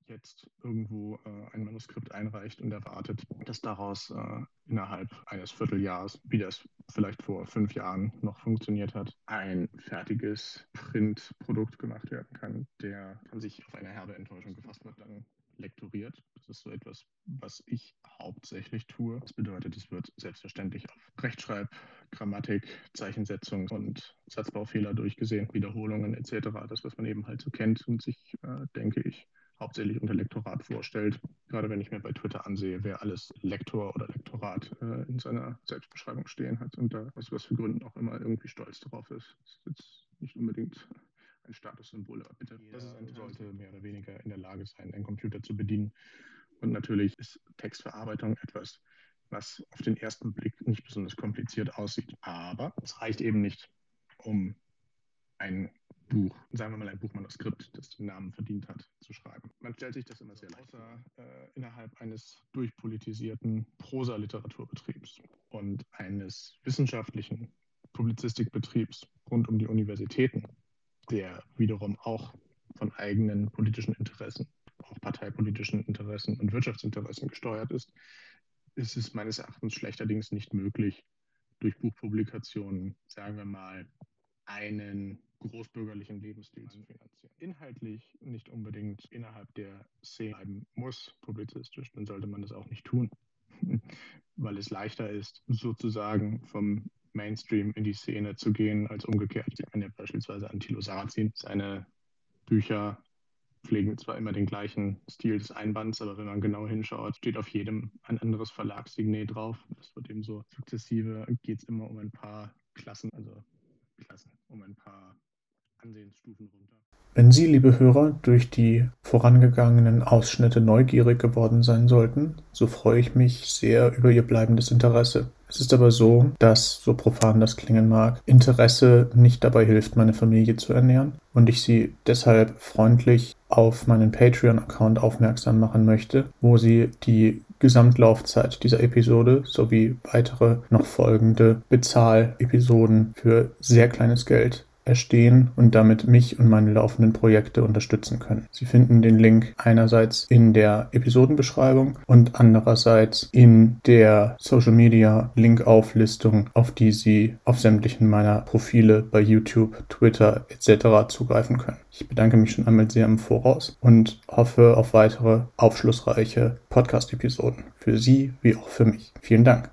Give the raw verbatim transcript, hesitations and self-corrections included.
jetzt irgendwo äh, ein Manuskript einreicht und erwartet, dass daraus äh, innerhalb eines Vierteljahres, wie das vielleicht vor fünf Jahren noch funktioniert hat, ein fertiges Printprodukt gemacht werden kann, der an sich auf eine herbe Enttäuschung gefasst wird, dann lektoriert. Das ist so etwas, was ich hauptsächlich tue. Das bedeutet, es wird selbstverständlich auf Rechtschreib, Grammatik, Zeichensetzung und Satzbaufehler durchgesehen, Wiederholungen et cetera. Das, was man eben halt so kennt und sich, äh, denke ich, hauptsächlich unter Lektorat vorstellt. Gerade wenn ich mir bei Twitter ansehe, wer alles Lektor oder Lektorat äh, in seiner Selbstbeschreibung stehen hat und da aus was für Gründen auch immer irgendwie stolz drauf ist. Das ist jetzt nicht unbedingt ein Statussymbol, aber bitte, das ist ein, sollte mehr oder weniger in der Lage sein, einen Computer zu bedienen. Und natürlich ist Textverarbeitung etwas, was auf den ersten Blick nicht besonders kompliziert aussieht. Aber es reicht eben nicht, um ein Buch, sagen wir mal ein Buchmanuskript, das den Namen verdient hat, zu schreiben. Man stellt sich das immer sehr leicht vor, äh, innerhalb eines durchpolitisierten Prosa-Literaturbetriebs und eines wissenschaftlichen Publizistikbetriebs rund um die Universitäten, der wiederum auch von eigenen politischen Interessen, auch parteipolitischen Interessen und Wirtschaftsinteressen gesteuert ist, ist es meines Erachtens schlechterdings nicht möglich, durch Buchpublikationen, sagen wir mal, einen großbürgerlichen Lebensstil zu finanzieren. Inhaltlich nicht unbedingt innerhalb der Szene bleiben muss, publizistisch, dann sollte man das auch nicht tun, weil es leichter ist, sozusagen vom Mainstream in die Szene zu gehen, als umgekehrt. Ich kann ja beispielsweise an Thilo Sarrazin, seine Bücher pflegen zwar immer den gleichen Stil des Einbands, aber wenn man genau hinschaut, steht auf jedem ein anderes Verlagssignet drauf. Das wird eben so sukzessive, geht es immer um ein paar Klassen, also Klassen, um ein paar Ansehensstufen runter. Wenn Sie, liebe Hörer, durch die vorangegangenen Ausschnitte neugierig geworden sein sollten, so freue ich mich sehr über Ihr bleibendes Interesse. Es ist aber so, dass, so profan das klingen mag, Interesse nicht dabei hilft, meine Familie zu ernähren und ich Sie deshalb freundlich auf meinen Patreon-Account aufmerksam machen möchte, wo Sie die Gesamtlaufzeit dieser Episode sowie weitere noch folgende Bezahlepisoden für sehr kleines Geld erstehen und damit mich und meine laufenden Projekte unterstützen können. Sie finden den Link einerseits in der Episodenbeschreibung und andererseits in der Social Media Linkauflistung, auf die Sie auf sämtlichen meiner Profile bei YouTube, Twitter et cetera zugreifen können. Ich bedanke mich schon einmal sehr im Voraus und hoffe auf weitere aufschlussreiche Podcast-Episoden für Sie wie auch für mich. Vielen Dank.